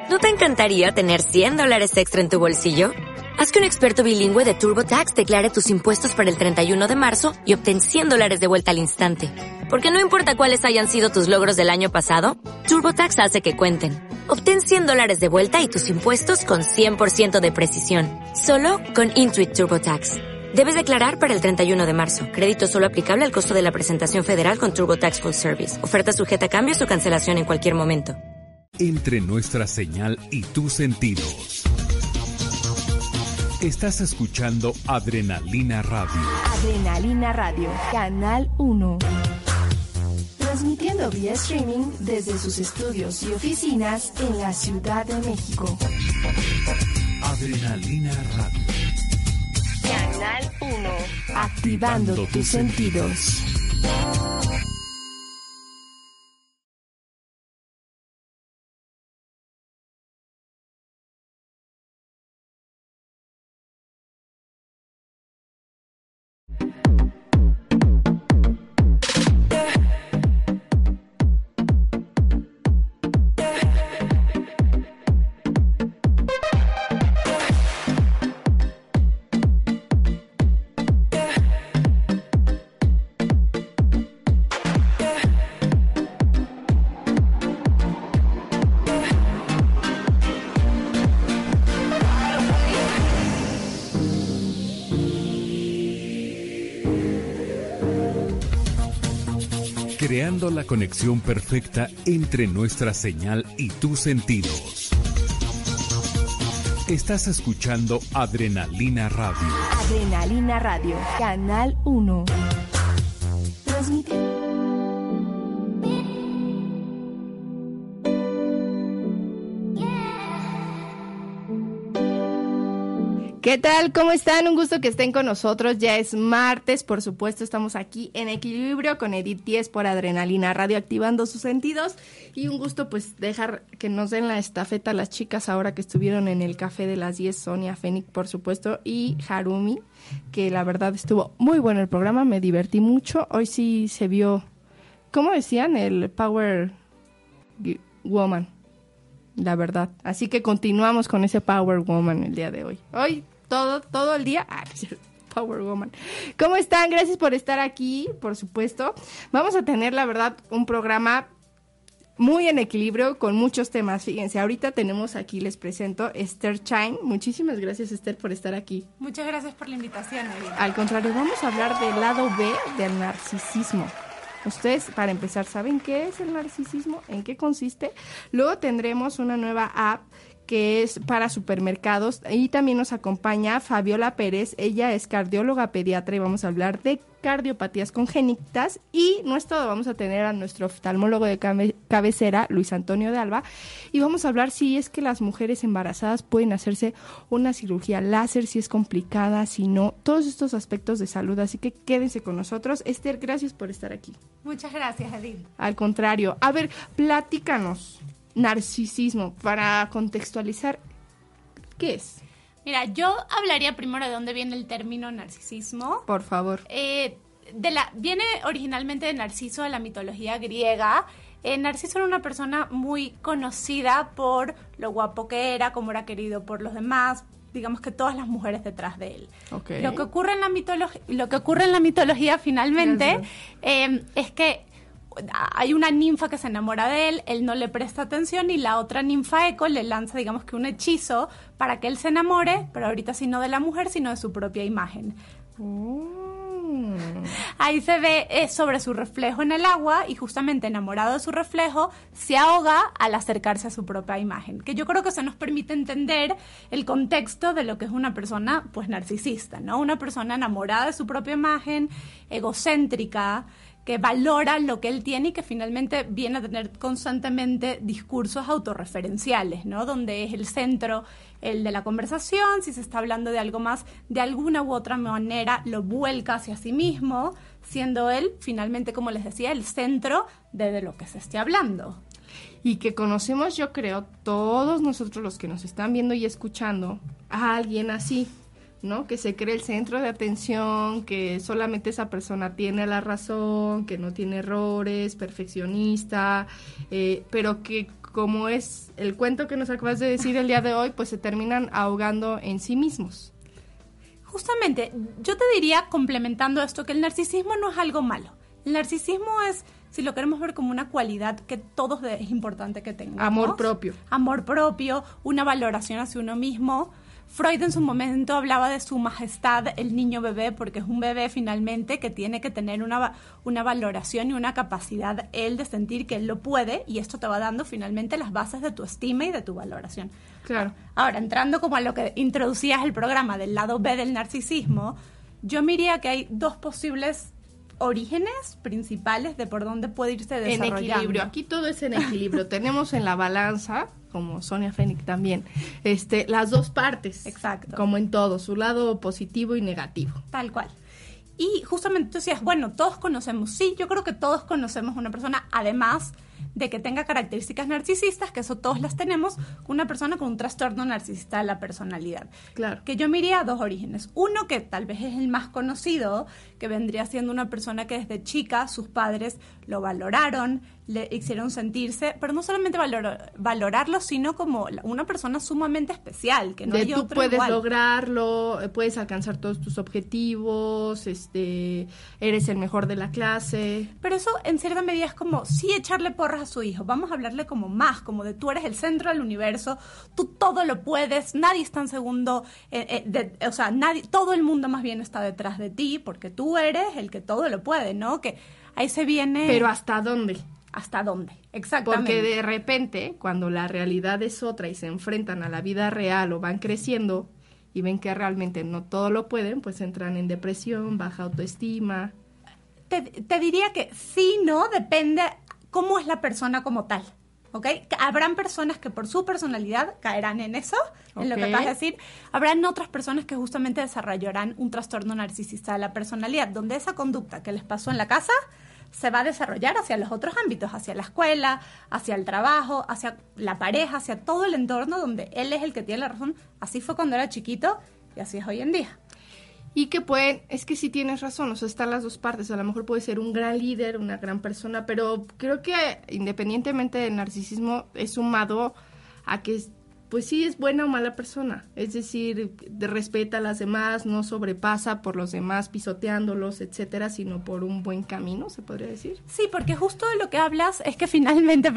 ¿No te encantaría tener $100 extra en tu bolsillo? Haz que un experto bilingüe de TurboTax declare tus impuestos para el 31 de marzo y obtén $100 de vuelta al instante. Porque no importa cuáles hayan sido tus logros del año pasado, TurboTax hace que cuenten. Obtén $100 de vuelta y tus impuestos con 100% de precisión. Solo con Intuit TurboTax. Debes declarar para el 31 de marzo. Crédito solo aplicable al costo de la presentación federal con TurboTax Full Service. Oferta sujeta a cambios o cancelación en cualquier momento. Entre nuestra señal y tus sentidos. Estás escuchando Adrenalina Radio. Adrenalina Radio, Canal 1. Transmitiendo vía streaming desde sus estudios y oficinas en la Ciudad de México. Adrenalina Radio. Canal 1. Activando tus sentidos. Creando la conexión perfecta entre nuestra señal y tus sentidos. Estás escuchando Adrenalina Radio. Adrenalina Radio, Canal 1. Transmitiendo. ¿Qué tal? ¿Cómo están? Un gusto que estén con nosotros. Ya es martes, por supuesto, estamos aquí en Equilibrio con Edith Diez por Adrenalina Radio, activando sus sentidos. Y un gusto, pues, dejar que nos den la estafeta las chicas ahora que estuvieron en el Café de las 10, Sonia, Fénix, por supuesto, y Harumi, que la verdad estuvo muy bueno el programa, me divertí mucho. Hoy sí se vio, ¿cómo decían? El Power Woman. La verdad. Así que continuamos con ese Power Woman el día de hoy. Hoy, todo el día. Power Woman. ¿Cómo están? Gracias por estar aquí, por supuesto. Vamos a tener, la verdad, un programa muy en equilibrio con muchos temas. Fíjense, ahorita tenemos aquí, les presento, Esther Chain. Muchísimas gracias, Esther, por estar aquí. Muchas gracias por la invitación, Edith. Al contrario, vamos a hablar del lado B del narcisismo. Ustedes, para empezar, ¿saben qué es el narcisismo? ¿En qué consiste? Luego tendremos una nueva app que es para supermercados y también nos acompaña Fabiola Pérez. Ella es cardióloga pediatra y vamos a hablar de cardiopatías congénitas. Y no es todo, vamos a tener a nuestro oftalmólogo de cabecera, Luis Antonio de Alba, y vamos a hablar si es que las mujeres embarazadas pueden hacerse una cirugía láser, si es complicada, si no, todos estos aspectos de salud. Así que quédense con nosotros. Esther, gracias por estar aquí. Muchas gracias, Edith. Al contrario. A ver, platícanos. Narcisismo, para contextualizar, ¿qué es? Mira, yo hablaría primero de dónde viene el término narcisismo. Por favor. Viene originalmente de Narciso, de la mitología griega. Narciso era una persona muy conocida por lo guapo que era, como era querido por los demás, digamos que todas las mujeres detrás de él. Okay. Lo que ocurre en la mitología finalmente es que hay una ninfa que se enamora de él no le presta atención y la otra ninfa Eco le lanza, digamos que un hechizo para que él se enamore, pero ahorita sí no de la mujer, sino de su propia imagen. Ahí se ve sobre su reflejo en el agua y justamente enamorado de su reflejo se ahoga al acercarse a su propia imagen, que yo creo que eso nos permite entender el contexto de lo que es una persona pues narcisista, ¿no? Una persona enamorada de su propia imagen, egocéntrica, que valora lo que él tiene y que finalmente viene a tener constantemente discursos autorreferenciales, ¿no? Donde es el centro el de la conversación, si se está hablando de algo más, de alguna u otra manera lo vuelca hacia sí mismo, siendo él finalmente, como les decía, el centro de lo que se esté hablando. Y que conocemos, yo creo, todos nosotros los que nos están viendo y escuchando, a alguien así, ¿no? Que se cree el centro de atención, que solamente esa persona tiene la razón, que no tiene errores, perfeccionista, pero que como es el cuento que nos acabas de decir el día de hoy, pues se terminan ahogando en sí mismos. Justamente, yo te diría, complementando esto, que el narcisismo no es algo malo. El narcisismo es, si lo queremos ver como una cualidad que todos es importante que tengamos. Amor propio. Amor propio, una valoración hacia uno mismo. Freud en su momento hablaba de su majestad, el niño bebé, porque es un bebé finalmente que tiene que tener una valoración y una capacidad él de sentir que él lo puede, y esto te va dando finalmente las bases de tu estima y de tu valoración. Claro. Ahora, entrando como a lo que introducías el programa del lado B del narcisismo, yo miraría que hay dos posibles orígenes principales de por dónde puede irse desarrollando. En equilibrio, aquí todo es en equilibrio. Tenemos en la balanza, como Sonia Fénix también, las dos partes. Exacto. Como en todo, su lado positivo y negativo. Tal cual. Y justamente tú decías, bueno, todos conocemos, sí, yo creo que todos conocemos una persona, además de que tenga características narcisistas, que eso todos las tenemos, una persona con un trastorno narcisista de la personalidad. Claro. Que yo miraría a dos orígenes. Uno, que tal vez es el más conocido, que vendría siendo una persona que desde chica sus padres lo valoraron, le hicieron sentirse, pero no solamente valorarlo, sino como una persona sumamente especial, que no hay tú otro puedes igual. lograrlo, puedes alcanzar todos tus objetivos, eres el mejor de la clase. Pero eso en cierta medida es como sí echarle porras a su hijo, vamos a hablarle como más, como de tú eres el centro del universo, tú todo lo puedes, nadie está en segundo, nadie, todo el mundo más bien está detrás de ti, porque tú eres el que todo lo puede, ¿no? Que ahí se viene... Pero ¿hasta dónde? ¿Hasta dónde? Exactamente. Porque de repente, cuando la realidad es otra y se enfrentan a la vida real o van creciendo y ven que realmente no todo lo pueden, pues entran en depresión, baja autoestima. Te diría que sí, no, depende cómo es la persona como tal, ¿ok? Habrán personas que por su personalidad caerán en eso, en lo que acabas de decir. Habrán otras personas que justamente desarrollarán un trastorno narcisista de la personalidad, donde esa conducta que les pasó en la casa se va a desarrollar hacia los otros ámbitos, hacia la escuela, hacia el trabajo, hacia la pareja, hacia todo el entorno donde él es el que tiene la razón. Así fue cuando era chiquito y así es hoy en día. Y que es que sí tienes razón, o sea, están las dos partes. A lo mejor puede ser un gran líder, una gran persona, pero creo que independientemente del narcisismo es sumado a que pues sí es buena o mala persona, es decir, respeta a las demás, no sobrepasa por los demás pisoteándolos, etcétera, sino por un buen camino, se podría decir. Sí, porque justo de lo que hablas es que finalmente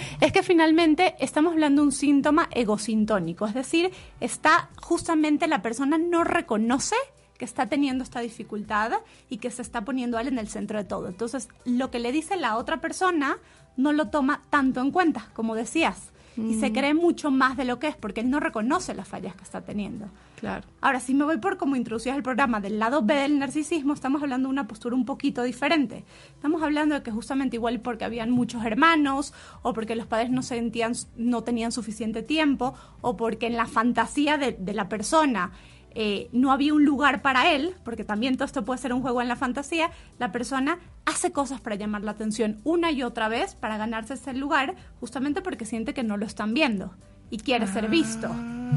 estamos hablando de un síntoma egosintónico, es decir, justamente la persona no reconoce que está teniendo esta dificultad y que se está poniendo a él en el centro de todo. Entonces, lo que le dice la otra persona no lo toma tanto en cuenta, como decías. Y se cree mucho más de lo que es, porque él no reconoce las fallas que está teniendo. Claro. Ahora, si me voy por cómo introducías el programa del lado B del narcisismo, estamos hablando de una postura un poquito diferente. Estamos hablando de que justamente igual porque habían muchos hermanos, o porque los padres no tenían suficiente tiempo, o porque en la fantasía de la persona no había un lugar para él, porque también todo esto puede ser un juego en la fantasía, la persona hace cosas para llamar la atención una y otra vez para ganarse ese lugar, justamente porque siente que no lo están viendo y quiere ser visto.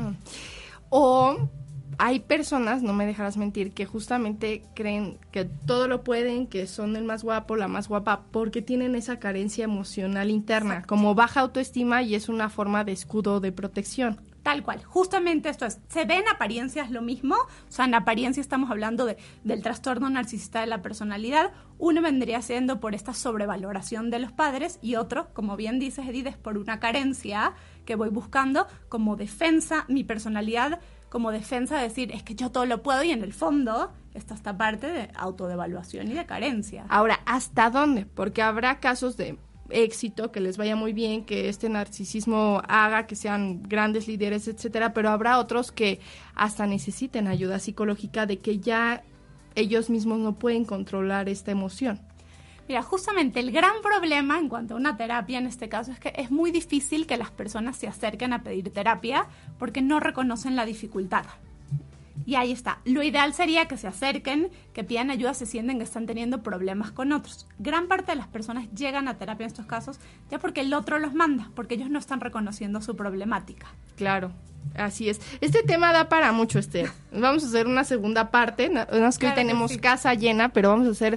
O hay personas, no me dejarás mentir, que justamente creen que todo lo pueden, que son el más guapo, la más guapa, porque tienen esa carencia emocional interna, Exacto. como baja autoestima, y es una forma de escudo de protección. Tal cual, justamente esto es, se ve en apariencias lo mismo, o sea, en apariencia estamos hablando del trastorno narcisista de la personalidad. Uno vendría siendo por esta sobrevaloración de los padres y otro, como bien dices, Edith, es por una carencia que voy buscando como defensa, mi personalidad como defensa de decir, es que yo todo lo puedo, y en el fondo está esta parte de autodevaluación y de carencia. Ahora, ¿hasta dónde? Porque habrá casos de éxito, que les vaya muy bien, que este narcisismo haga que sean grandes líderes, etcétera, pero habrá otros que hasta necesiten ayuda psicológica, de que ya ellos mismos no pueden controlar esta emoción. Mira, justamente el gran problema en cuanto a una terapia en este caso es que es muy difícil que las personas se acerquen a pedir terapia porque no reconocen la dificultad. Y ahí está. Lo ideal sería que se acerquen, que pidan ayuda, se sienten que están teniendo problemas con otros. Gran parte de las personas llegan a terapia en estos casos ya porque el otro los manda, porque ellos no están reconociendo su problemática. Claro, así es. Este tema da para mucho, Esther. Vamos a hacer una segunda parte. No es que Claro hoy tenemos que sí. casa llena, pero vamos a hacer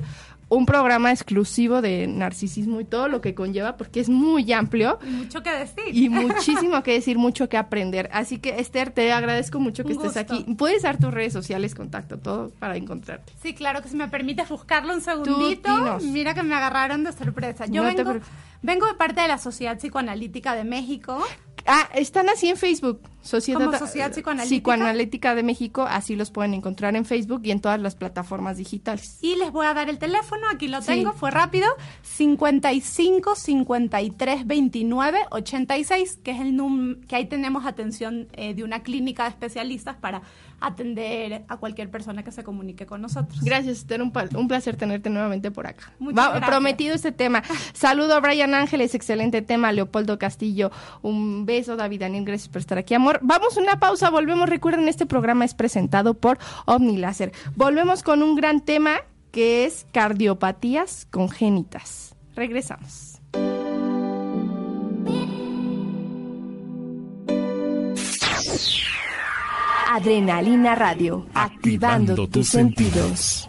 un programa exclusivo de narcisismo y todo lo que conlleva, porque es muy amplio. Y mucho que decir. Y muchísimo que decir, mucho que aprender. Así que, Esther, te agradezco mucho que estés aquí. Puedes dar tus redes sociales, contacto, todo para encontrarte. Sí, claro, que si me permites buscarlo un segundito. Mira que me agarraron de sorpresa. Yo vengo de parte de la Sociedad Psicoanalítica de México. Están así en Facebook. Como Sociedad Psicoanalítica de México, así los pueden encontrar en Facebook y en todas las plataformas digitales. Y les voy a dar el teléfono, aquí lo tengo, fue rápido, 55 53 29 86, que es el número que ahí tenemos atención de una clínica de especialistas para atender a cualquier persona que se comunique con nosotros. Gracias, Esther, un placer tenerte nuevamente por acá. Muchas gracias. Prometido este tema. Saludo a Brian Ángeles, excelente tema. Leopoldo Castillo, un beso. David Daniel, gracias por estar aquí, amor. Vamos a una pausa, volvemos. Recuerden, este programa es presentado por OmniLáser. Volvemos con un gran tema que es cardiopatías congénitas. Regresamos. Adrenalina Radio, activando tus sentidos.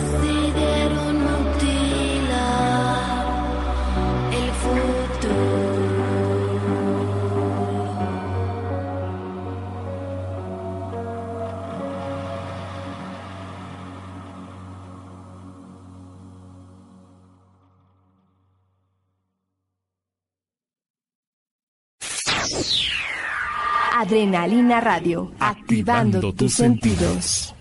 decidieron mutilar el futuro. Adrenalina Radio, activando tus sentidos.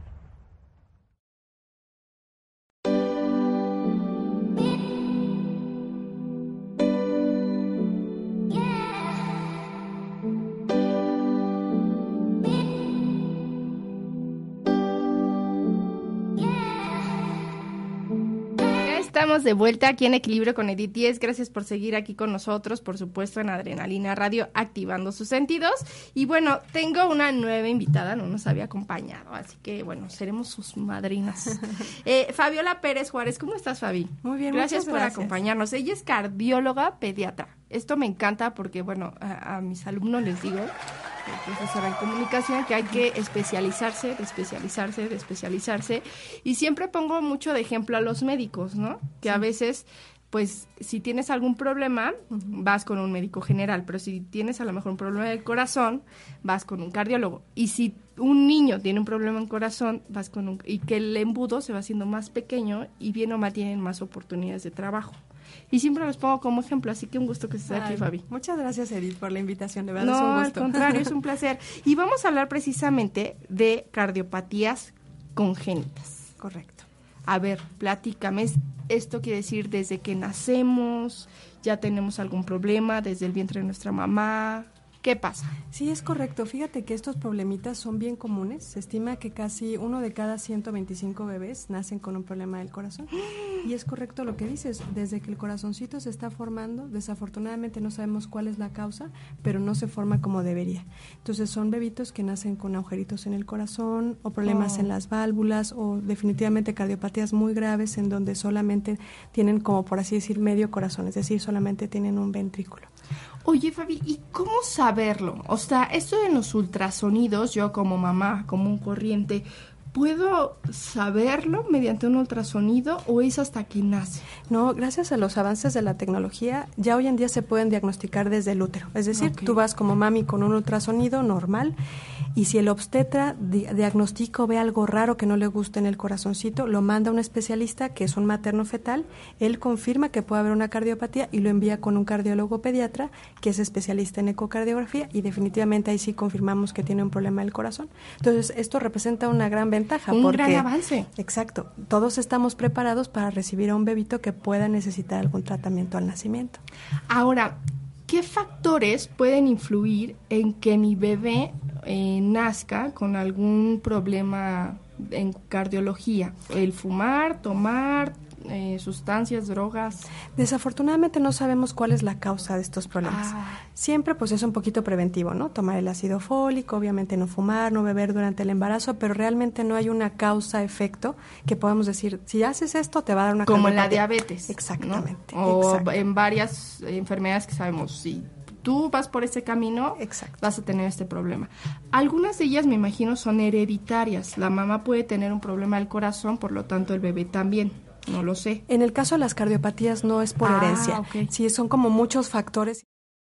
Estamos de vuelta aquí en Equilibrio con Edith Díez. Gracias por seguir aquí con nosotros, por supuesto, en Adrenalina Radio, activando sus sentidos. Y bueno, tengo una nueva invitada, no nos había acompañado, así que bueno, seremos sus madrinas. Fabiola Pérez Juárez, ¿cómo estás, Fabi? Muy bien, gracias muchas por gracias. acompañarnos. Ella es cardióloga pediatra. Esto me encanta porque, bueno, a mis alumnos les digo, profesora en comunicación, que hay que especializarse, de especializarse. Y siempre pongo mucho de ejemplo a los médicos, ¿no? Que a veces, pues, si tienes algún problema, vas con un médico general, pero si tienes a lo mejor un problema del corazón, vas con un cardiólogo. Y si un niño tiene un problema en corazón, vas con un... Y que el embudo se va haciendo más pequeño y bien o mal tienen más oportunidades de trabajo. Y siempre los pongo como ejemplo, así que un gusto que estés aquí, Fabi. Muchas gracias, Edith, por la invitación, de verdad No, es un gusto. al contrario, es un placer. Y vamos a hablar precisamente de cardiopatías congénitas. Correcto. A ver, platícame, ¿esto quiere decir desde que nacemos, ya tenemos algún problema, desde el vientre de nuestra mamá? ¿Qué pasa? Sí, es correcto. Fíjate que estos problemitas son bien comunes. Se estima que casi 1 de cada 125 bebés nacen con un problema del corazón. Y es correcto lo que dices. Desde que el corazoncito se está formando, desafortunadamente no sabemos cuál es la causa, pero no se forma como debería. Entonces son bebitos que nacen con agujeritos en el corazón o problemas en las válvulas o definitivamente cardiopatías muy graves en donde solamente tienen, como por así decir, medio corazón, es decir, solamente tienen un ventrículo. Oye, Fabi, ¿y cómo saberlo? O sea, esto de los ultrasonidos, yo como mamá, como un corriente, ¿puedo saberlo mediante un ultrasonido o es hasta que nace? No, gracias a los avances de la tecnología, ya hoy en día se pueden diagnosticar desde el útero. Es decir, tú vas como mami con un ultrasonido normal y si el obstetra diagnostica o ve algo raro que no le gusta en el corazoncito, lo manda a un especialista que es un materno fetal, él confirma que puede haber una cardiopatía y lo envía con un cardiólogo pediatra que es especialista en ecocardiografía y definitivamente ahí sí confirmamos que tiene un problema del corazón. Entonces, esto representa una gran ventaja. Un gran avance. Exacto. Todos estamos preparados para recibir a un bebito que pueda necesitar algún tratamiento al nacimiento. Ahora, ¿qué factores pueden influir en que mi bebé nazca con algún problema en cardiología? ¿El fumar, tomar, sustancias, drogas? Desafortunadamente no sabemos cuál es la causa de estos problemas. Siempre pues es un poquito preventivo, ¿no? Tomar el ácido fólico, obviamente no fumar, no beber durante el embarazo, pero realmente no hay una causa-efecto que podamos decir, si haces esto te va a dar una como en la cardiopatía. diabetes. Exactamente. ¿No? O exacto. en varias enfermedades que sabemos, si tú vas por ese camino, Exacto. vas a tener este problema. Algunas de ellas, me imagino, son hereditarias. La mamá puede tener un problema del corazón, por lo tanto el bebé también. No lo sé. En el caso de las cardiopatías no es por herencia. Okay. Sí, son como muchos factores.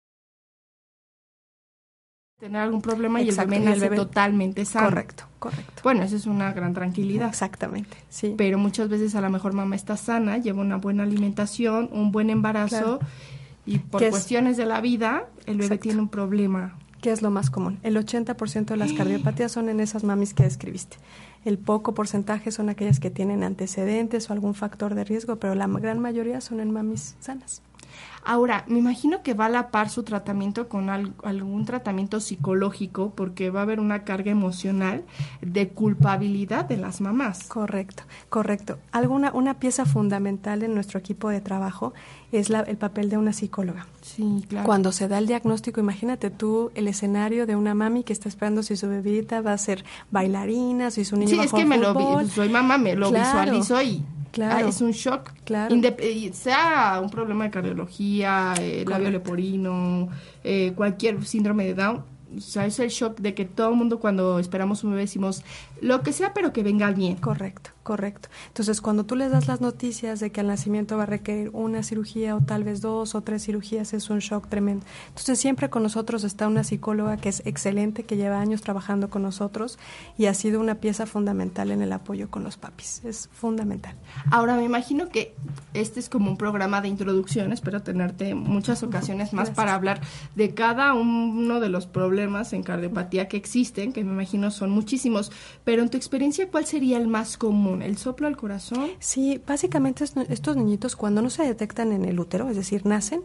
Tener algún problema Exacto, y el bebé nace totalmente sano. Correcto. Bueno, eso es una gran tranquilidad. Exactamente, sí. Pero muchas veces a lo mejor mamá está sana, lleva una buena alimentación, un buen embarazo, y por cuestiones de la vida, el bebé tiene un problema. ¿Qué es lo más común? El 80% de las cardiopatías son en esas mamis que describiste. El poco porcentaje son aquellas que tienen antecedentes o algún factor de riesgo, pero la gran mayoría son en mamis sanas. Ahora, me imagino que va a la par su tratamiento con algún tratamiento psicológico, porque va a haber una carga emocional de culpabilidad de las mamás. Correcto. Una pieza fundamental en nuestro equipo de trabajo es el papel de una psicóloga. Sí, claro. Cuando se da el diagnóstico, imagínate tú el escenario de una mami que está esperando si su bebita va a ser bailarina, si su niño va a jugar fútbol. Soy mamá, me lo visualizo y es un shock. Claro. Sea un problema de cardiología, labio leporino, cualquier síndrome de Down. O sea, es el shock de que todo el mundo cuando esperamos un bebé decimos lo que sea, pero que venga bien. Correcto. Correcto. Entonces, cuando tú les das las noticias de que al nacimiento va a requerir una cirugía o tal vez 2 o 3 cirugías, es un shock tremendo. Entonces, siempre con nosotros está una psicóloga que es excelente, que lleva años trabajando con nosotros y ha sido una pieza fundamental en el apoyo con los papis. Es fundamental. Ahora, me imagino que este es como un programa de introducción. Espero tenerte muchas ocasiones más para hablar de cada uno de los problemas en cardiopatía que existen, que me imagino son muchísimos. Pero en tu experiencia, ¿cuál sería el más común? ¿El soplo al corazón? Sí, básicamente estos niñitos cuando no se detectan en el útero, es decir, nacen,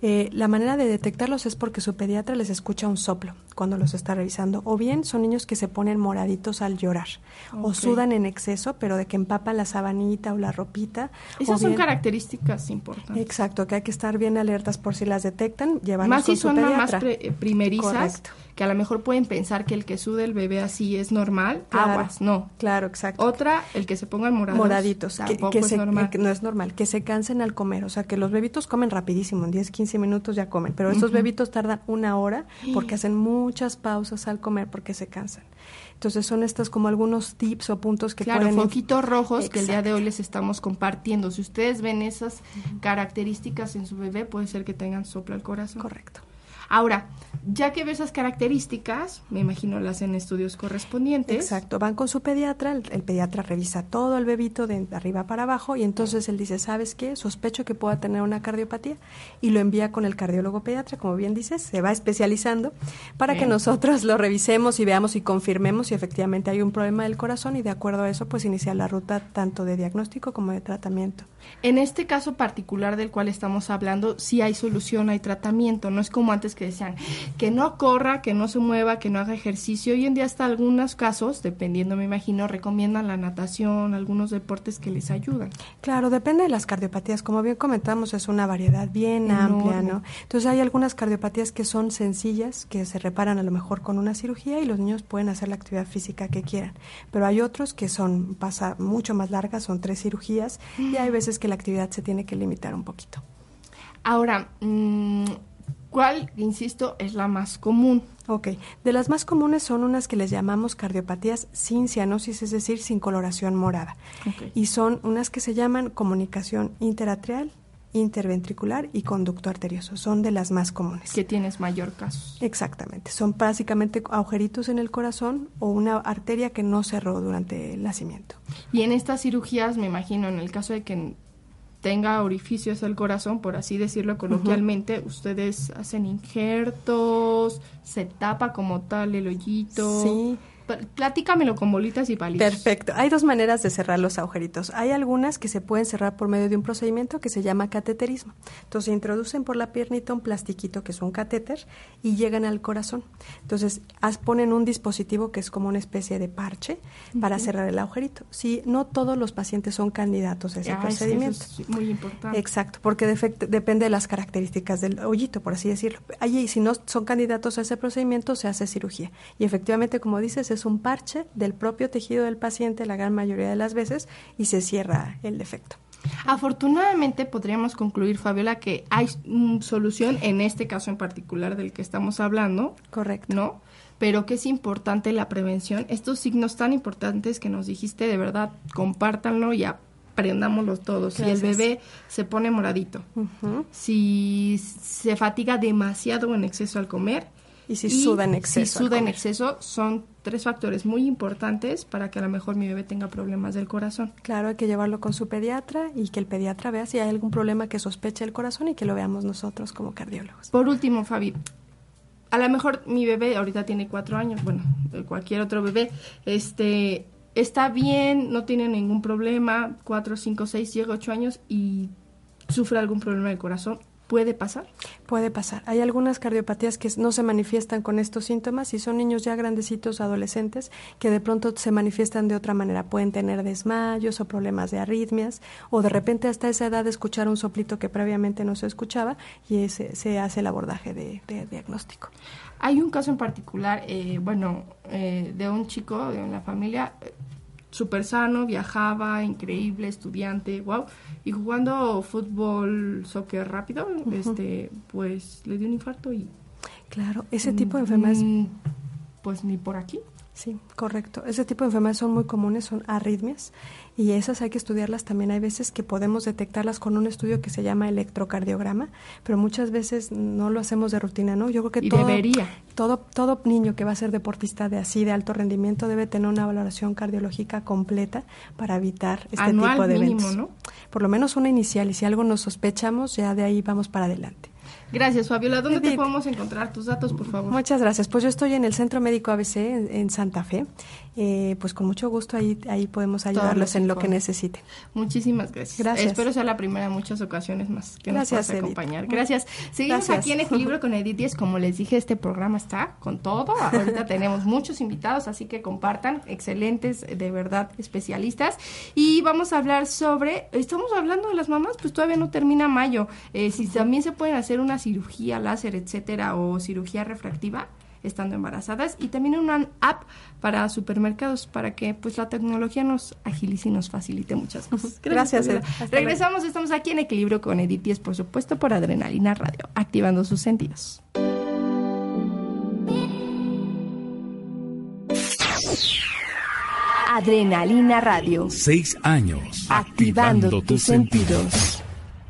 la manera de detectarlos es porque su pediatra les escucha un soplo cuando los está revisando, o bien son niños que se ponen moraditos al llorar, o sudan en exceso, pero de que empapan la sabanita o la ropita. Esas son características importantes. Exacto, que hay que estar bien alertas por si las detectan, llevarlos más con si su son pediatra. Más primerizas. Correcto. Que a lo mejor pueden pensar que el que sude el bebé así es normal, Claro, aguas, no. Claro, exacto. Otra, el que se pongan moraditos, tampoco que es normal. no es normal, que se cansen al comer, o sea, que los bebitos comen rapidísimo, en 10, 15 minutos ya comen, pero estos bebitos tardan 1 hora porque hacen muchas pausas al comer porque se cansan. Entonces son estos como algunos tips o puntos que pueden... Claro, foquitos rojos. Exacto. Que el día de hoy les estamos compartiendo. Si ustedes ven esas características en su bebé, puede ser que tengan soplo al corazón. Correcto. Ahora, ya que ve esas características, me imagino las hacen estudios correspondientes. Exacto, van con su pediatra, el pediatra revisa todo el bebito de arriba para abajo y entonces él dice, ¿sabes qué? Sospecho que pueda tener una cardiopatía y lo envía con el cardiólogo pediatra, como bien dices, se va especializando para que nosotros lo revisemos y veamos y confirmemos si efectivamente hay un problema del corazón y de acuerdo a eso pues iniciar la ruta tanto de diagnóstico como de tratamiento. En este caso particular del cual estamos hablando, sí hay solución, hay tratamiento, no es como antes que decían que no corra, que no se mueva, que no haga ejercicio. Hoy en día hasta algunos casos, dependiendo me imagino, recomiendan la natación, algunos deportes que les ayudan. Claro, depende de las cardiopatías, como bien comentamos es una variedad bien amplia, ¿no? Entonces hay algunas cardiopatías que son sencillas, que se reparan a lo mejor con una cirugía y los niños pueden hacer la actividad física que quieran, pero hay otros que son mucho más largas, son 3 cirugías y hay veces que la actividad se tiene que limitar un poquito. Ahora, ¿cuál, insisto, es la más común? Ok, de las más comunes son unas que les llamamos cardiopatías sin cianosis, es decir, sin coloración morada. Okay. Y son unas que se llaman comunicación interatrial, interventricular y conducto arterioso. Son de las más comunes. Que tienes mayor casos. Exactamente. Son básicamente agujeritos en el corazón o una arteria que no cerró durante el nacimiento. Y en estas cirugías, me imagino, en el caso de que tenga orificios el corazón, por así decirlo coloquialmente, ustedes hacen injertos, se tapa como tal el hoyito. Sí. Platícamelo con bolitas y palitos. Perfecto. Hay 2 maneras de cerrar los agujeritos. Hay algunas que se pueden cerrar por medio de un procedimiento que se llama cateterismo. Entonces se introducen por la piernita un plastiquito que es un catéter y llegan al corazón. Entonces ponen un dispositivo que es como una especie de parche para cerrar el agujerito. Sí, no todos los pacientes son candidatos a ese procedimiento. Eso es muy importante. Exacto, porque depende de las características del hoyito, por así decirlo. Allí, si no son candidatos a ese procedimiento, se hace cirugía. Y efectivamente, como dices, es un parche del propio tejido del paciente la gran mayoría de las veces y se cierra el defecto. Afortunadamente podríamos concluir, Fabiola, que hay solución en este caso en particular del que estamos hablando. Correcto. ¿No? Pero que es importante la prevención. Estos signos tan importantes que nos dijiste, de verdad, compártanlo y aprendámoslos todos. Gracias. Si el bebé se pone moradito, si se fatiga demasiado o en exceso al comer, y si suda en exceso. Si suda en exceso, son 3 factores muy importantes para que a lo mejor mi bebé tenga problemas del corazón. Claro, hay que llevarlo con su pediatra y que el pediatra vea si hay algún problema que sospeche el corazón y que lo veamos nosotros como cardiólogos. Por último, Fabi, a lo mejor mi bebé ahorita tiene 4 años, bueno, cualquier otro bebé, está bien, no tiene ningún problema, 4, 5, 6, llega 8 años y sufre algún problema del corazón. ¿Puede pasar? Puede pasar. Hay algunas cardiopatías que no se manifiestan con estos síntomas y son niños ya grandecitos, adolescentes, que de pronto se manifiestan de otra manera. Pueden tener desmayos o problemas de arritmias o de repente hasta esa edad escuchar un soplito que previamente no se escuchaba y se hace el abordaje de diagnóstico. Hay un caso en particular, de un chico de una familia súper sano, viajaba, increíble, estudiante, wow, y jugando fútbol, soccer rápido, pues le dio un infarto y... Claro, ese tipo de enfermedades... Pues ni por aquí. Sí, correcto. Ese tipo de enfermedades son muy comunes, son arritmias, y esas hay que estudiarlas también. Hay veces que podemos detectarlas con un estudio que se llama electrocardiograma, pero muchas veces no lo hacemos de rutina, ¿no? Yo creo que todo niño que va a ser deportista de alto rendimiento debe tener una valoración cardiológica completa para evitar este anual tipo de mínimo, eventos. ¿no? Por lo menos una inicial, y si algo nos sospechamos, ya de ahí vamos para adelante. Gracias, Fabiola. ¿Dónde te Edith, podemos encontrar? Tus datos, por favor. Muchas gracias. Pues yo estoy en el Centro Médico ABC en Santa Fe. Pues con mucho gusto ahí podemos ayudarlos en lo que necesiten. Muchísimas gracias. Gracias. Espero sea la primera en muchas ocasiones más que nos puedas acompañar. Edith. Gracias. Seguimos Gracias. aquí en Equilibrio con Edith Díez. Como les dije, este programa está con todo. Ahorita tenemos muchos invitados, así que compartan. Excelentes, de verdad, especialistas. Y vamos a hablar estamos hablando de las mamás, pues todavía no termina mayo. Si también se pueden hacer una cirugía láser, etcétera, o cirugía refractiva estando embarazadas, y también una app para supermercados para que pues la tecnología nos agilice y nos facilite muchas cosas. Gracias. Regresamos, estamos aquí en Equilibrio con Edith Díez, por supuesto, por Adrenalina Radio, activando sus sentidos. Adrenalina Radio. 6 años Activando tus sentidos.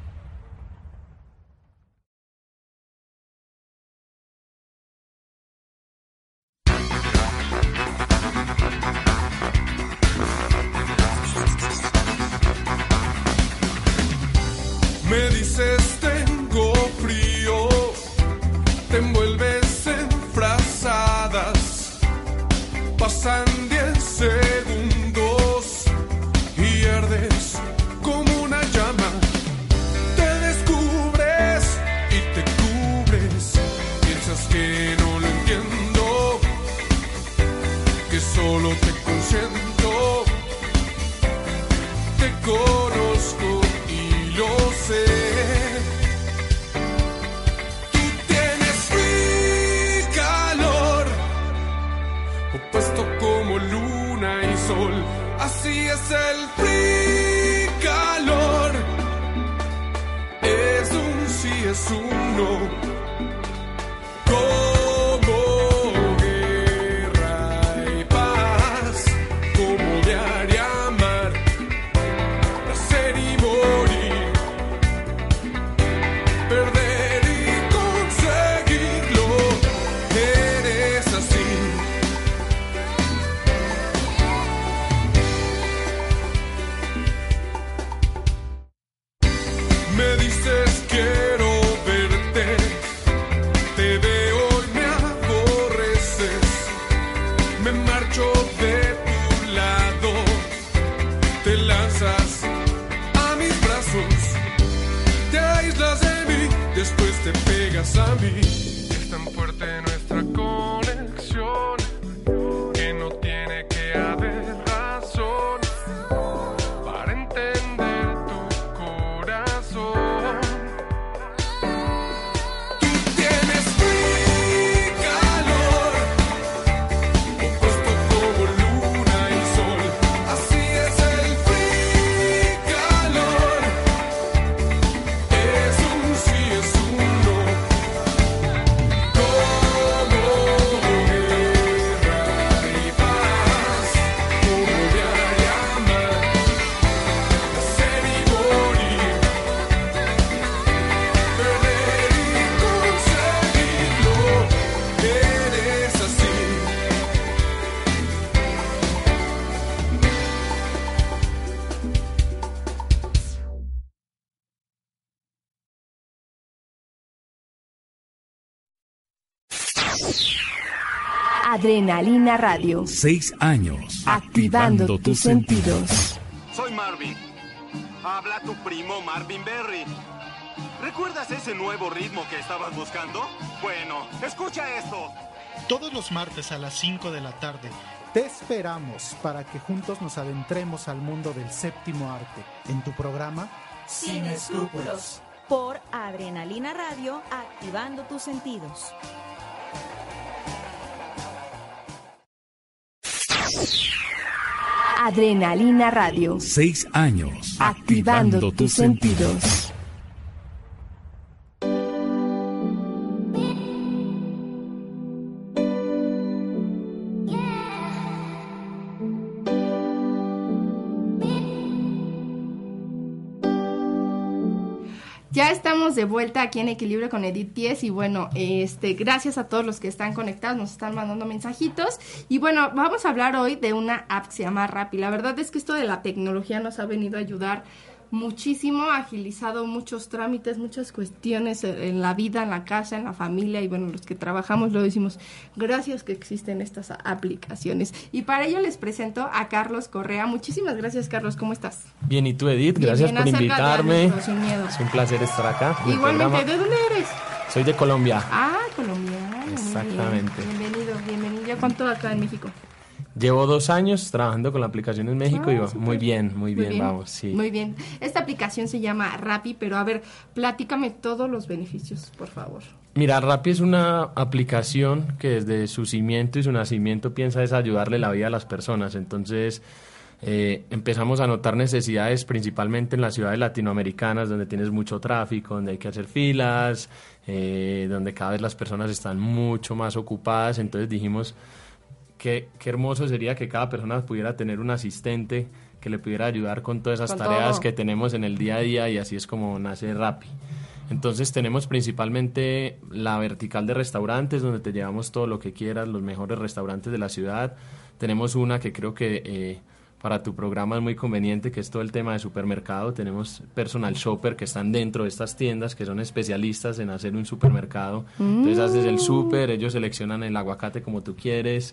Me dices tengo frío, te envuelves en frazadas, pasan 10 segundos y ardes como una llama. Te descubres y te cubres, piensas que no lo entiendo, que solo te consiento, te conozco y lo sé. Tú tienes mi calor, opuesto como luna y sol. Así es el free calor. Es un sí, es un no. Como guerra y paz, como odiar y amar, nacer y morir, perder y conseguirlo. Eres así. Me dices quiero verte, te veo y me aborreces, me marcho de tu lado, te lanzas a mis brazos, te aíslas de mí, después te pegas a mí. Es tan fuerte nuestra conexión que no tiene que haber razón para entender tu corazón. Tú tienes mi calor, opuesto como luna y sol. Así es el free calor. Es un sí, es un no. Como guerra y paz, como odiar y amar, nacer y morir, perder y conseguirlo. Eres así. Adrenalina Radio. 6 años Activando tus sentidos. Soy Marvin. Habla tu primo Marvin Berry. ¿Recuerdas ese nuevo ritmo que estabas buscando? Bueno, escucha esto. Todos los martes a las 5 de la tarde te esperamos para que juntos nos adentremos al mundo del séptimo arte en tu programa Sin Escrúpulos. Por Adrenalina Radio, activando tus sentidos. Adrenalina Radio. 6 años Activando tus sentidos. Ya estamos de vuelta aquí en Equilibrio con Edith Diez y bueno, gracias a todos los que están conectados, nos están mandando mensajitos y bueno, vamos a hablar hoy de una app que se llama Rappi. La verdad es que esto de la tecnología nos ha venido a ayudar muchísimo, ha agilizado muchos trámites, muchas cuestiones en la vida, en la casa, en la familia y bueno, los que trabajamos lo decimos, gracias que existen estas aplicaciones. Y para ello les presento a Carlos Correa. Muchísimas gracias, Carlos, ¿cómo estás? Bien, ¿y tú, Edith? Bien, Gracias bien, por acércate invitarme. al micro, sin miedo. Es un placer estar acá. en el Igualmente, programa. ¿de dónde eres? Soy de Colombia. Ah, colombiano. muy Exactamente. bien. Bienvenido. ¿Ya cuánto acá en México? Llevo 2 años trabajando con la aplicación en México y va súper. muy bien, vamos, sí. Muy bien. Esta aplicación se llama Rappi, pero a ver, platícame todos los beneficios, por favor. Mira, Rappi es una aplicación que desde su cimiento y su nacimiento piensa es ayudarle la vida a las personas. Entonces, empezamos a notar necesidades principalmente en las ciudades latinoamericanas donde tienes mucho tráfico, donde hay que hacer filas, donde cada vez las personas están mucho más ocupadas. Entonces dijimos, qué hermoso sería que cada persona pudiera tener un asistente que le pudiera ayudar con todas esas tareas todo. que tenemos en el día a día y así es como nace Rappi. Entonces tenemos principalmente la vertical de restaurantes donde te llevamos todo lo que quieras, los mejores restaurantes de la ciudad. Tenemos una que creo que para tu programa es muy conveniente, que es todo el tema de supermercado. Tenemos personal shopper que están dentro de estas tiendas, que son especialistas en hacer un supermercado. Entonces haces el súper, ellos seleccionan el aguacate como tú quieres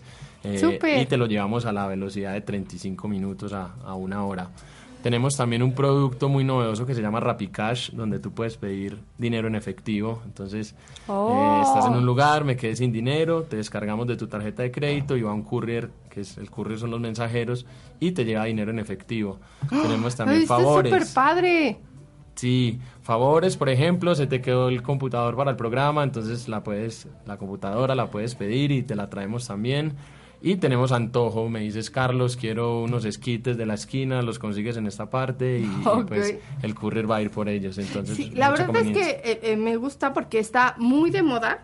y te lo llevamos a la velocidad de 35 minutos a 1 hora. Tenemos también un producto muy novedoso que se llama RappiCash, donde tú puedes pedir dinero en efectivo. Entonces, estás en un lugar, me quedé sin dinero, te descargamos de tu tarjeta de crédito y va un courier, que es el courier son los mensajeros, y te llega dinero en efectivo. Tenemos también favores. ¡Es súper padre! Sí, favores, por ejemplo, se te quedó el computador para el programa, entonces la computadora la puedes pedir y te la traemos también. Y tenemos antojo, me dices, Carlos, quiero unos esquites de la esquina, los consigues en esta parte y pues el courier va a ir por ellos. Entonces, sí, la verdad es que me gusta porque está muy de moda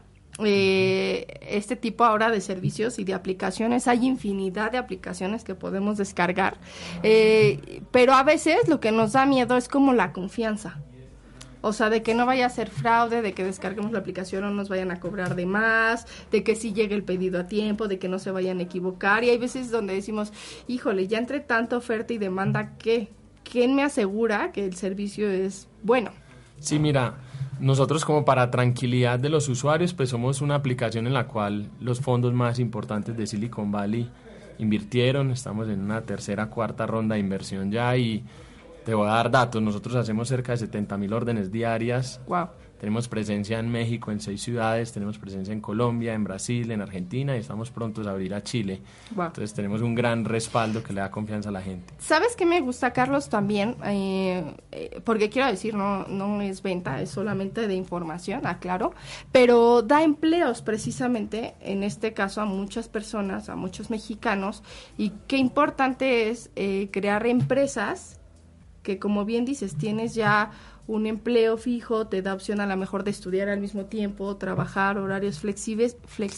este tipo ahora de servicios y de aplicaciones. Hay infinidad de aplicaciones que podemos descargar, pero a veces lo que nos da miedo es como la confianza. O sea, de que no vaya a ser fraude, de que descarguemos la aplicación o nos vayan a cobrar de más, de que sí llegue el pedido a tiempo, de que no se vayan a equivocar. Y hay veces donde decimos, híjole, ya entre tanta oferta y demanda, ¿quién me asegura que el servicio es bueno? Sí, mira, nosotros como para tranquilidad de los usuarios, pues somos una aplicación en la cual los fondos más importantes de Silicon Valley invirtieron. Estamos en una 3ª, 4ª ronda de inversión ya y te voy a dar datos. Nosotros hacemos cerca de 70,000 órdenes diarias. Wow. Tenemos presencia en México en 6 ciudades, tenemos presencia en Colombia, en Brasil, en Argentina y estamos prontos a abrir a Chile. Wow. Entonces tenemos un gran respaldo que le da confianza a la gente. ¿Sabes qué me gusta, Carlos, también? Porque quiero decir, no es venta, es solamente de información, aclaro, pero da empleos precisamente, en este caso, a muchas personas, a muchos mexicanos, y qué importante es crear empresas que, como bien dices, tienes ya un empleo fijo, te da opción a lo mejor de estudiar al mismo tiempo, trabajar, horarios flexibles,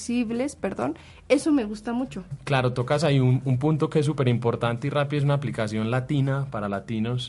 eso me gusta mucho. Claro, tocas ahí un punto que es súper importante y Rappi es una aplicación latina para latinos.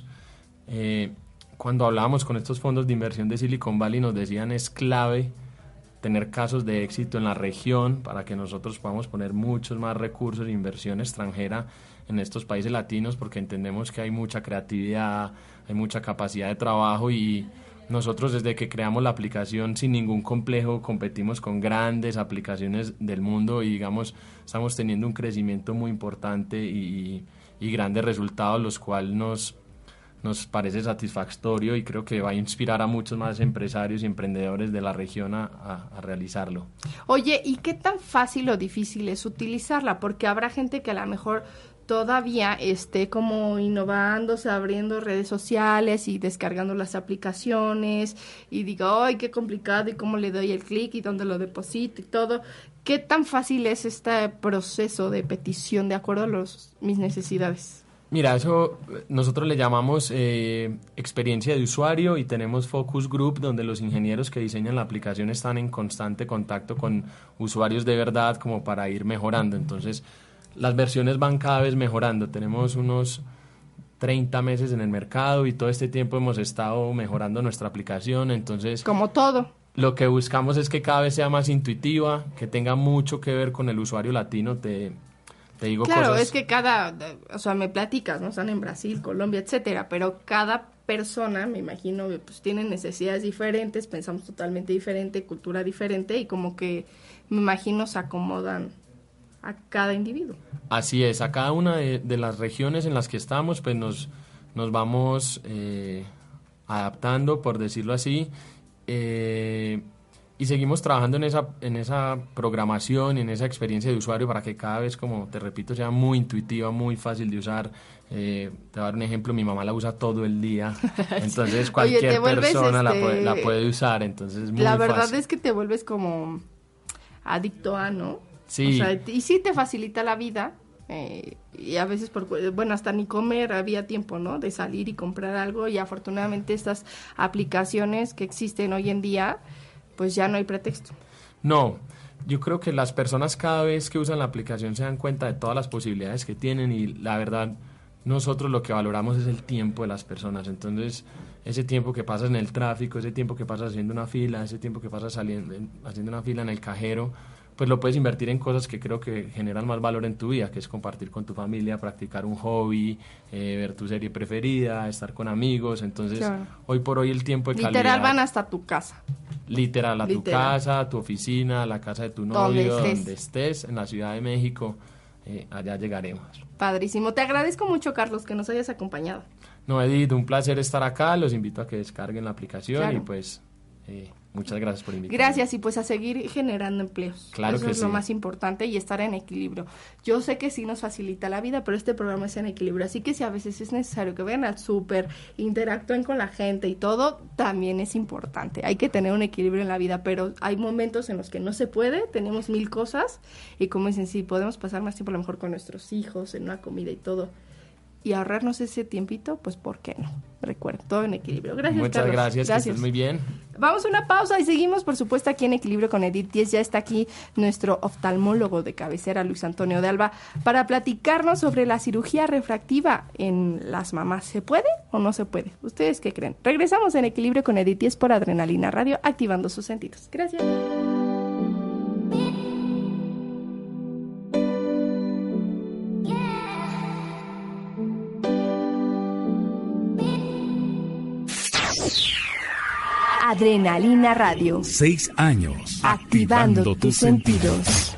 Cuando hablábamos con estos fondos de inversión de Silicon Valley nos decían es clave tener casos de éxito en la región para que nosotros podamos poner muchos más recursos de inversión extranjera en estos países latinos porque entendemos que hay mucha creatividad, hay mucha capacidad de trabajo y nosotros desde que creamos la aplicación sin ningún complejo competimos con grandes aplicaciones del mundo y digamos estamos teniendo un crecimiento muy importante y grandes resultados los cuales nos parece satisfactorio y creo que va a inspirar a muchos más empresarios y emprendedores de la región a realizarlo. Oye, ¿y qué tan fácil o difícil es utilizarla? Porque habrá gente que a lo mejor todavía esté como innovándose, abriendo redes sociales y descargando las aplicaciones y diga, ¡ay, qué complicado! ¿Y cómo le doy el clic? ¿Y dónde lo deposito? Y todo. ¿Qué tan fácil es este proceso de petición de acuerdo a mis necesidades? Mira, eso nosotros le llamamos experiencia de usuario y tenemos focus group donde los ingenieros que diseñan la aplicación están en constante contacto con usuarios de verdad como para ir mejorando. Entonces, las versiones van cada vez mejorando. Tenemos unos 30 meses en el mercado y todo este tiempo hemos estado mejorando nuestra aplicación, entonces... Como todo. Lo que buscamos es que cada vez sea más intuitiva, que tenga mucho que ver con el usuario latino, te digo claro, cosas... es que o sea, me platicas, ¿no? Están en Brasil, Colombia, etcétera, pero cada persona, me imagino, pues tiene necesidades diferentes, pensamos totalmente diferente, cultura diferente, y como que, me imagino, se acomodan a cada individuo. Así es, a cada una de las regiones en las que estamos, pues nos vamos adaptando, por decirlo así, y seguimos trabajando en esa programación y en esa experiencia de usuario para que cada vez, como te repito, sea muy intuitiva, muy fácil de usar. Te voy a dar un ejemplo, mi mamá la usa todo el día, entonces cualquier persona la puede usar, entonces es muy fácil. La verdad es que te vuelves como adicto a, ¿no? Sí. O sea, y sí te facilita la vida, y a veces, hasta ni comer había tiempo, ¿no? De salir y comprar algo, y afortunadamente estas aplicaciones que existen hoy en día, pues ya no hay pretexto. No, yo creo que las personas cada vez que usan la aplicación se dan cuenta de todas las posibilidades que tienen, y la verdad, nosotros lo que valoramos es el tiempo de las personas. Entonces, ese tiempo que pasas en el tráfico, ese tiempo que pasas haciendo una fila, ese tiempo que pasas haciendo una fila en el cajero, pues lo puedes invertir en cosas que creo que generan más valor en tu vida, que es compartir con tu familia, practicar un hobby, ver tu serie preferida, estar con amigos. Entonces, claro, hoy por hoy el tiempo de calidad... Literal van hasta tu casa. Literal, a tu casa, a tu oficina, a la casa de tu novio, donde estés, en la Ciudad de México, allá llegaremos. Padrísimo. Te agradezco mucho, Carlos, que nos hayas acompañado. No, Edith, un placer estar acá. Los invito a que descarguen la aplicación, claro, y pues... muchas gracias por invitarme. Gracias, y pues a seguir generando empleos. Claro, eso es sí, lo más importante, y estar en equilibrio. Yo sé que sí nos facilita la vida, pero este programa es en equilibrio, así que si a veces es necesario que vayan al súper, interactúen con la gente y todo, también es importante. Hay que tener un equilibrio en la vida, pero hay momentos en los que no se puede, tenemos 1000 cosas, y como dicen, sí, podemos pasar más tiempo a lo mejor con nuestros hijos, en una comida y todo, y ahorrarnos ese tiempito, pues ¿por qué no? Recuerda, todo en equilibrio. Gracias, muchas Carlos. Gracias, que estés muy bien. Vamos a una pausa y seguimos, por supuesto, aquí en Equilibrio con Edith 10. Ya está aquí nuestro oftalmólogo de cabecera, Luis Antonio de Alba, para platicarnos sobre la cirugía refractiva en las mamás. ¿Se puede o no se puede? ¿Ustedes qué creen? Regresamos en Equilibrio con Edith 10 por Adrenalina Radio, activando sus sentidos. Gracias. Adrenalina Radio. 6 años. Activando tus sentidos.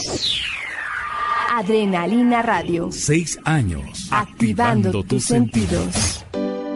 Adrenalina Radio. 6 años. Activando tus sentidos.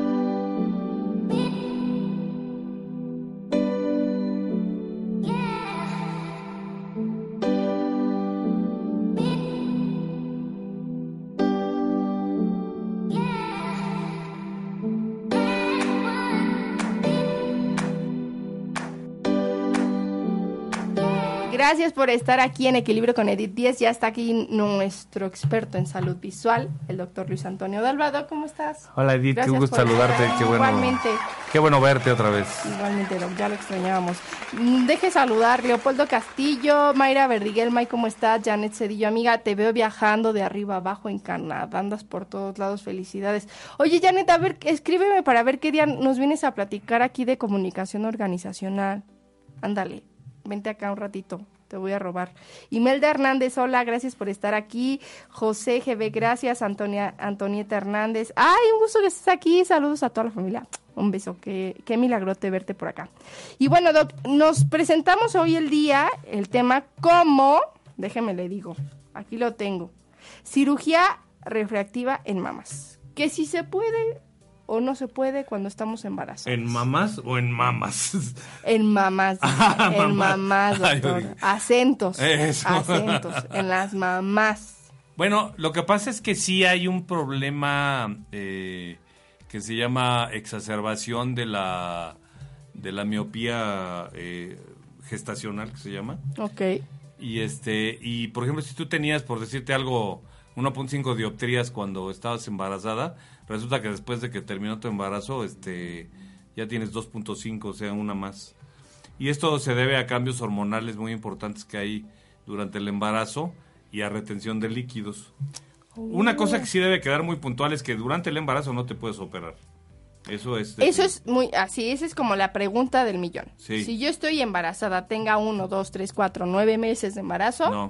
Gracias por estar aquí en Equilibrio con Edith 10. Ya está aquí nuestro experto en salud visual, el doctor Luis Antonio Dalvado. ¿Cómo estás? Hola Edith, Gracias qué gusto por saludarte. estar. Qué bueno, Igualmente. Qué bueno verte otra vez. Igualmente, doc, ya lo extrañábamos. Deje saludar Leopoldo Castillo, Mayra Verdiguel, May, ¿cómo estás? Janet Cedillo, amiga, te veo viajando de arriba abajo en Canadá, andas por todos lados, felicidades. Oye, Janet, a ver, escríbeme para ver qué día nos vienes a platicar aquí de comunicación organizacional. Ándale, vente acá un ratito. Te voy a robar. Imelda Hernández, hola, gracias por estar aquí. José GB, gracias. Antonieta Hernández. Ay, un gusto que estés aquí. Saludos a toda la familia. Un beso, qué milagrote verte por acá. Y bueno, doc, nos presentamos hoy el tema como, déjeme le digo, aquí lo tengo, cirugía refractiva en mamas. Que si se puede o no se puede cuando estamos embarazados. ¿En mamás o en mamas? En mamás, en mamás, doctor. Ay, acentos, eso. acentos, en las mamás. Bueno, lo que pasa es que sí hay un problema que se llama exacerbación de la miopía gestacional, que se llama. Ok. Y por ejemplo, si tú tenías, por decirte algo, 1.5 dioptrías cuando estabas embarazada, resulta que después de que terminó tu embarazo, ya tienes 2.5, o sea, una más. Y esto se debe a cambios hormonales muy importantes que hay durante el embarazo y a retención de líquidos. Una cosa que sí debe quedar muy puntual es que durante el embarazo no te puedes operar. Eso es muy así, esa es como la pregunta del millón. Sí. Si yo estoy embarazada, tenga 1, 2, 3, 4, 9 meses de embarazo, no.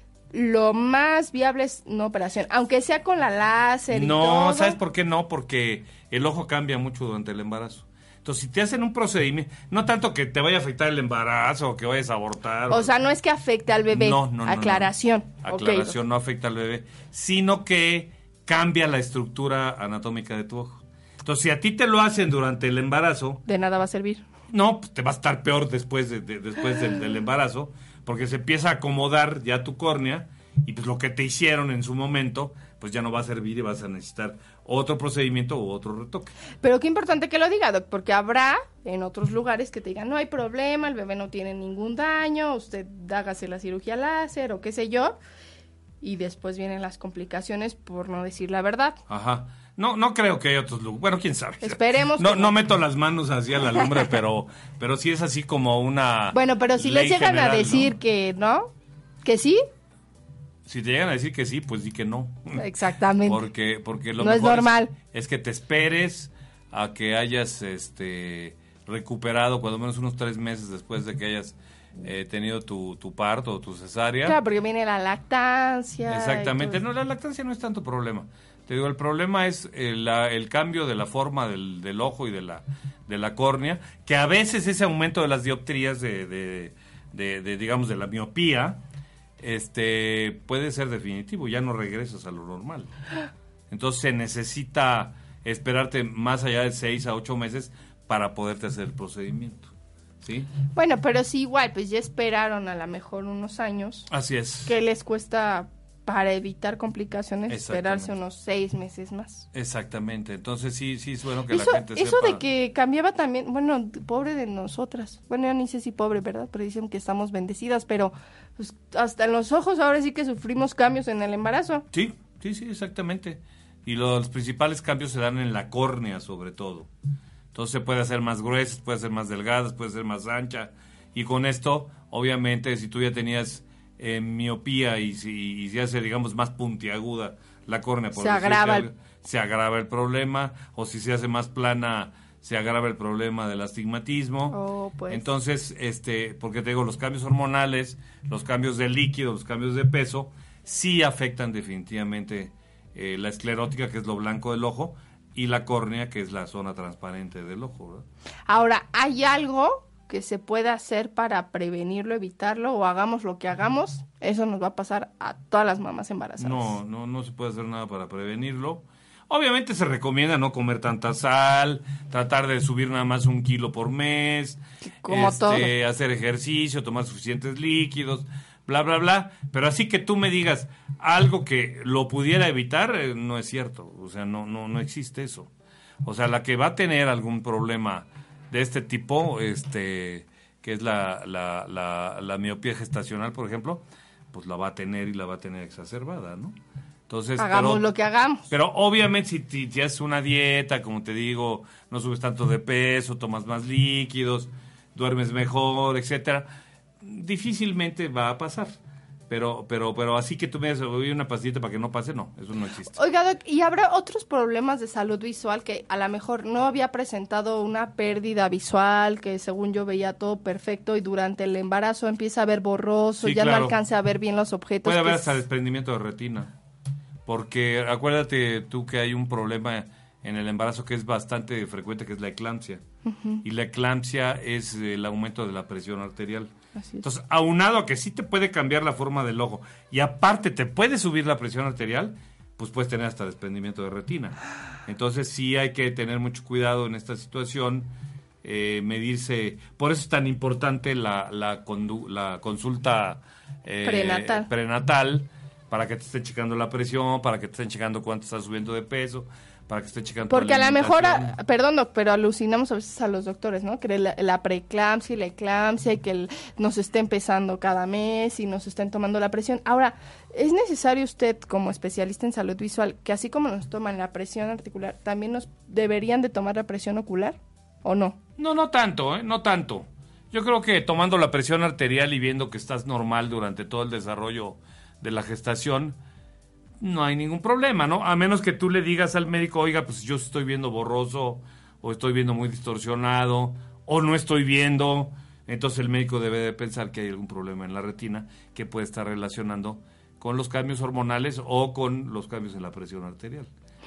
Lo más viable es una operación, aunque sea con la láser y todo. No, ¿sabes por qué no? Porque el ojo cambia mucho durante el embarazo. Entonces, si te hacen un procedimiento, no tanto que te vaya a afectar el embarazo o que vayas a abortar. O sea, no es que afecte al bebé. No. Aclaración. Aclaración, no afecta al bebé, sino que cambia la estructura anatómica de tu ojo. Entonces, si a ti te lo hacen durante el embarazo... De nada va a servir. No, pues te va a estar peor después del embarazo, porque se empieza a acomodar ya tu córnea y pues lo que te hicieron en su momento, pues ya no va a servir y vas a necesitar otro procedimiento u otro retoque. Pero qué importante que lo diga, doc, porque habrá en otros lugares que te digan, no hay problema, el bebé no tiene ningún daño, usted hágase la cirugía láser o qué sé yo, y después vienen las complicaciones por no decir la verdad. Ajá. No creo que haya otros lugares. Bueno, quién sabe. Esperemos. No meto las manos hacia la lumbre, pero sí es así como una. Bueno, pero si les llegan general, a decir, ¿no?, que no, que sí. Si te llegan a decir que sí, pues di que no. Exactamente. Porque lo no es normal. Es que te esperes a que hayas recuperado cuando menos unos 3 meses después de que hayas tenido tu parto o tu cesárea. Claro, porque viene la lactancia. Exactamente. No, la lactancia no es tanto problema. Te digo, el problema es el cambio de la forma del ojo y de la córnea, que a veces ese aumento de las dioptrías digamos, de la miopía, puede ser definitivo, ya no regresas a lo normal. Entonces se necesita esperarte más allá de 6 a 8 meses para poderte hacer el procedimiento. ¿Sí? Bueno, pero sí, igual, pues ya esperaron a lo mejor unos años. Así es. ¿Qué les cuesta para evitar complicaciones esperarse unos 6 meses más? Exactamente. Entonces sí es bueno que la gente eso sepa. de que cambiaba también, bueno, pobre de nosotras. Bueno, yo ni sé si pobre, ¿verdad? Pero dicen que estamos bendecidas, pero pues, hasta en los ojos ahora sí que sufrimos cambios en el embarazo. Sí, exactamente. Y los principales cambios se dan en la córnea, sobre todo. Entonces se puede hacer más gruesa, puede ser más delgada, puede ser más ancha. Y con esto, obviamente, si tú ya tenías miopía y si hace, digamos, más puntiaguda la córnea, por se agrava el problema, o si se hace más plana, se agrava el problema del astigmatismo. Pues. Entonces, porque te digo, los cambios hormonales, los cambios de líquido, los cambios de peso, sí afectan definitivamente la esclerótica, que es lo blanco del ojo, y la córnea, que es la zona transparente del ojo, ¿verdad? Ahora, hay algo que se pueda hacer para prevenirlo, evitarlo, o hagamos lo que hagamos, eso nos va a pasar a todas las mamás embarazadas? No se puede hacer nada para prevenirlo. Obviamente se recomienda no comer tanta sal, tratar de subir nada más 1 kilo por mes, como todo. Hacer ejercicio, tomar suficientes líquidos, bla, bla, bla. Pero así que tú me digas algo que lo pudiera evitar, no es cierto. O sea, no existe eso. O sea, la que va a tener algún problema de este tipo, que es la miopía gestacional, por ejemplo, pues la va a tener y la va a tener exacerbada, ¿no? Entonces, hagamos lo que hagamos. Pero obviamente si haces una dieta, como te digo, no subes tanto de peso, tomas más líquidos, duermes mejor, etcétera, difícilmente va a pasar. Pero así que tú me dices, oye, una pastillita para que no pase, no, eso no existe. Oiga, Doc, ¿y habrá otros problemas de salud visual que a lo mejor no había presentado una pérdida visual, que según yo veía todo perfecto y durante el embarazo empieza a ver borroso, Sí, ya claro. no alcanza a ver bien los objetos? Puede haber que hasta desprendimiento de retina, porque acuérdate tú que hay un problema en el embarazo que es bastante frecuente, que es la eclampsia. Ujú. Y la eclampsia es el aumento de la presión arterial. Así es. Entonces, aunado a que sí te puede cambiar la forma del ojo y aparte te puede subir la presión arterial, pues puedes tener hasta desprendimiento de retina. Entonces sí hay que tener mucho cuidado en esta situación, medirse. Por eso es tan importante la consulta prenatal, para que te estén checando la presión, para que te estén checando cuánto estás subiendo de peso, para que te estén checando tu Porque a lo mejor, alimentación. perdón, Doc, pero alucinamos a veces a los doctores, ¿no? Que la preeclampsia y la eclampsia y que nos esté empezando cada mes y nos estén tomando la presión. Ahora, ¿es necesario usted, como especialista en salud visual, que así como nos toman la presión articular, también nos deberían de tomar la presión ocular o no? No tanto, no tanto. Yo creo que tomando la presión arterial y viendo que estás normal durante todo el desarrollo de la gestación, no hay ningún problema, ¿no? A menos que tú le digas al médico, oiga, pues yo estoy viendo borroso, o estoy viendo muy distorsionado, o no estoy viendo. Entonces el médico debe de pensar que hay algún problema en la retina que puede estar relacionando con los cambios hormonales o con los cambios en la presión arterial.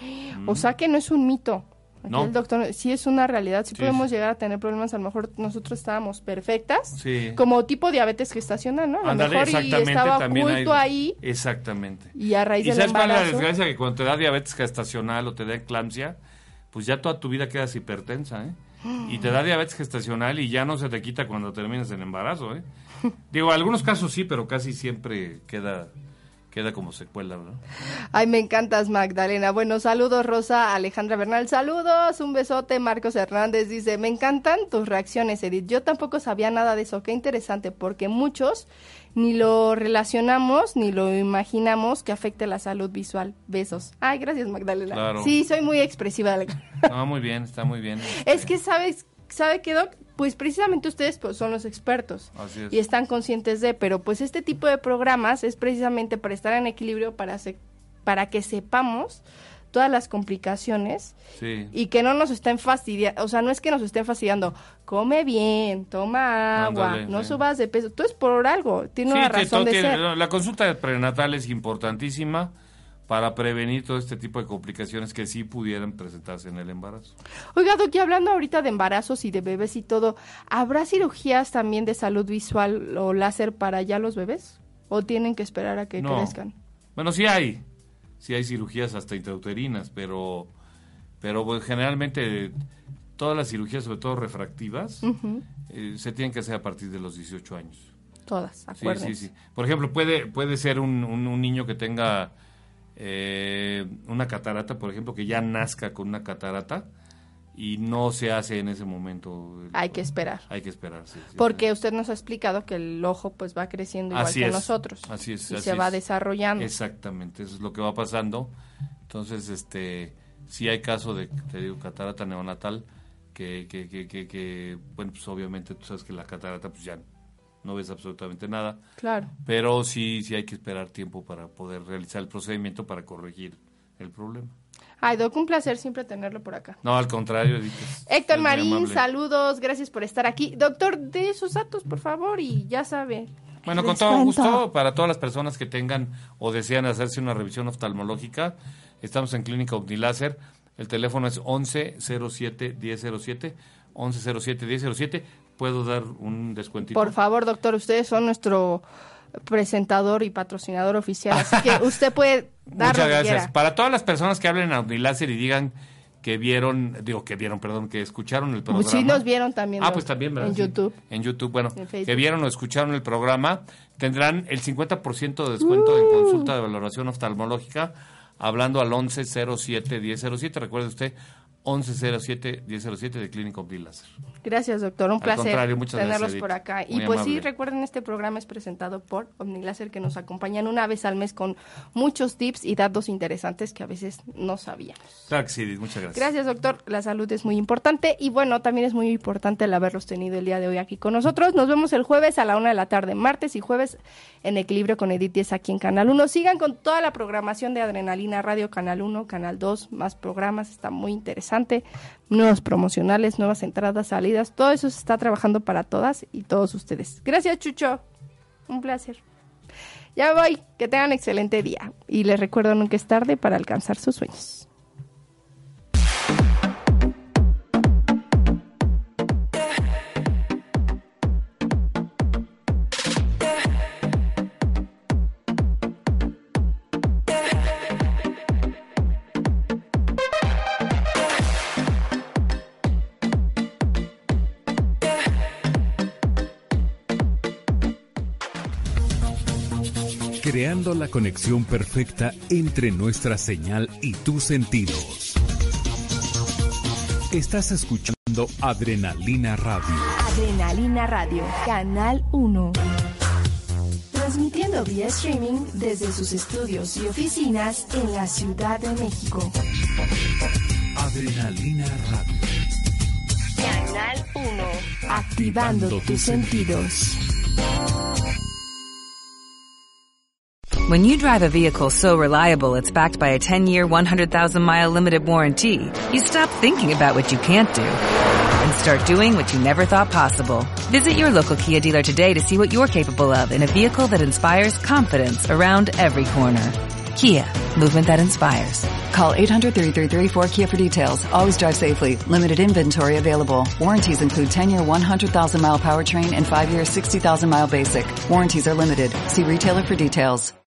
O sea que no es un mito. Aquí No. el doctor, sí es una realidad, sí Sí. podemos llegar a tener problemas, a lo mejor nosotros estábamos perfectas, Sí. como tipo diabetes gestacional, ¿no? A lo Ándale, mejor y exactamente, estaba también oculto hay- ahí Exactamente. y a raíz ¿Y del sabes cuál es la embarazo... desgracia? Que cuando te da diabetes gestacional o te da eclampsia, pues ya toda tu vida quedas hipertensa, ¿eh? Y te da diabetes gestacional y ya no se te quita cuando terminas el embarazo, ¿eh? Digo, algunos casos sí, pero casi siempre queda como secuela, ¿no? Ay, me encantas, Magdalena. Bueno, saludos, Rosa Alejandra Bernal. Saludos, un besote. Marcos Hernández dice, me encantan tus reacciones, Edith. Yo tampoco sabía nada de eso. Qué interesante, porque muchos ni lo relacionamos ni lo imaginamos que afecte la salud visual. Besos. Ay, gracias, Magdalena. Claro. Sí, soy muy expresiva. No, muy bien, está muy bien. Es que, ¿sabe qué, Doc? Pues precisamente ustedes pues, son los expertos Así es. y están conscientes de, pero pues este tipo de programas es precisamente para estar en equilibrio, para que sepamos todas las complicaciones Sí. y que no nos estén fastidiando, o sea, no es que nos estén fastidiando, come bien, toma agua, Ándale, no sí. subas de peso, todo es por algo, tiene Sí, una que razón todo de tiene- ser. la consulta prenatal es importantísima para prevenir todo este tipo de complicaciones que sí pudieran presentarse en el embarazo. Oiga, Doc, y hablando ahorita de embarazos y de bebés y todo, ¿habrá cirugías también de salud visual o láser para ya los bebés? ¿O tienen que esperar a que No. crezcan? Bueno, sí hay cirugías hasta intrauterinas, pero pues, generalmente todas las cirugías, sobre todo refractivas, Ujú. se tienen que hacer a partir de los 18 años. Todas, Sí, acuérdense. sí. Por ejemplo, puede ser un niño que tenga una catarata, por ejemplo, que ya nazca con una catarata y no se hace en ese momento. Hay que esperar. Hay que esperar, sí. Porque usted nos ha explicado que el ojo pues va creciendo igual Así que es, nosotros. así es, Y así se va es. desarrollando. Exactamente, eso es lo que va pasando. Entonces, sí hay caso de, te digo, catarata neonatal, que bueno, pues obviamente tú sabes que la catarata pues ya no ves absolutamente nada. Claro. Pero sí hay que esperar tiempo para poder realizar el procedimiento para corregir el problema. Ay, Doc, un placer siempre tenerlo por acá. No, al contrario, Edith, Héctor es muy Marín, amable. saludos, gracias por estar aquí. Doctor, dé sus datos, por favor, y ya sabe. Bueno, con Les todo cuento. gusto, para todas las personas que tengan o desean hacerse una revisión oftalmológica, estamos en Clínica Omniláser. El teléfono es 11-07-1007, 11-07-1007. puedo dar un descuentito. Por favor, doctor, ustedes son nuestro presentador y patrocinador oficial, así que usted puede dar Muchas lo que gracias. quiera. Para todas las personas que hablen a Omniláser y digan que que escucharon el programa. Sí, nos vieron también. Pues también, ¿verdad? En Sí. YouTube. En YouTube, bueno, En Facebook. que vieron o escucharon el programa, tendrán el 50% de descuento en consulta de valoración oftalmológica, hablando al 1107-1007. Recuerde usted, 1107-1007 de Clínica Omniláser. Gracias, doctor. Un Al placer contrario, muchas tenerlos gracias, por Edith. acá. Y Muy pues sí, amable. recuerden, este programa es presentado por Omniláser, que nos acompañan una vez al mes con muchos tips y datos interesantes que a veces no sabíamos. Claro que sí, Edith, muchas gracias. Gracias, doctor. La salud es muy importante y bueno, también es muy importante el haberlos tenido el día de hoy aquí con nosotros. Nos vemos el jueves a la 1 de la tarde, martes y jueves en Equilibrio con Edith 10 aquí en Canal 1. Sigan con toda la programación de Adrenalina Radio, Canal 1, Canal 2, más programas, está muy interesante. Nuevos promocionales, nuevas entradas, salidas, todo eso se está trabajando para todas y todos ustedes. Gracias, Chucho. Un placer. Ya me voy. Que tengan excelente día. Y les recuerdo, nunca es tarde para alcanzar sus sueños. Creando la conexión perfecta entre nuestra señal y tus sentidos. Estás escuchando Adrenalina Radio. Adrenalina Radio, Canal 1. Transmitiendo vía streaming desde sus estudios y oficinas en la Ciudad de México. Adrenalina Radio. Canal 1. Activando tus sentidos. When you drive a vehicle so reliable it's backed by a 10-year, 100,000-mile limited warranty, you stop thinking about what you can't do and start doing what you never thought possible. Visit your local Kia dealer today to see what you're capable of in a vehicle that inspires confidence around every corner. Kia, movement that inspires. Call 800-3334-KIA for details. Always drive safely. Limited inventory available. Warranties include 10-year 100,000-mile powertrain and 5-year 60,000-mile basic. Warranties are limited. See retailer for details.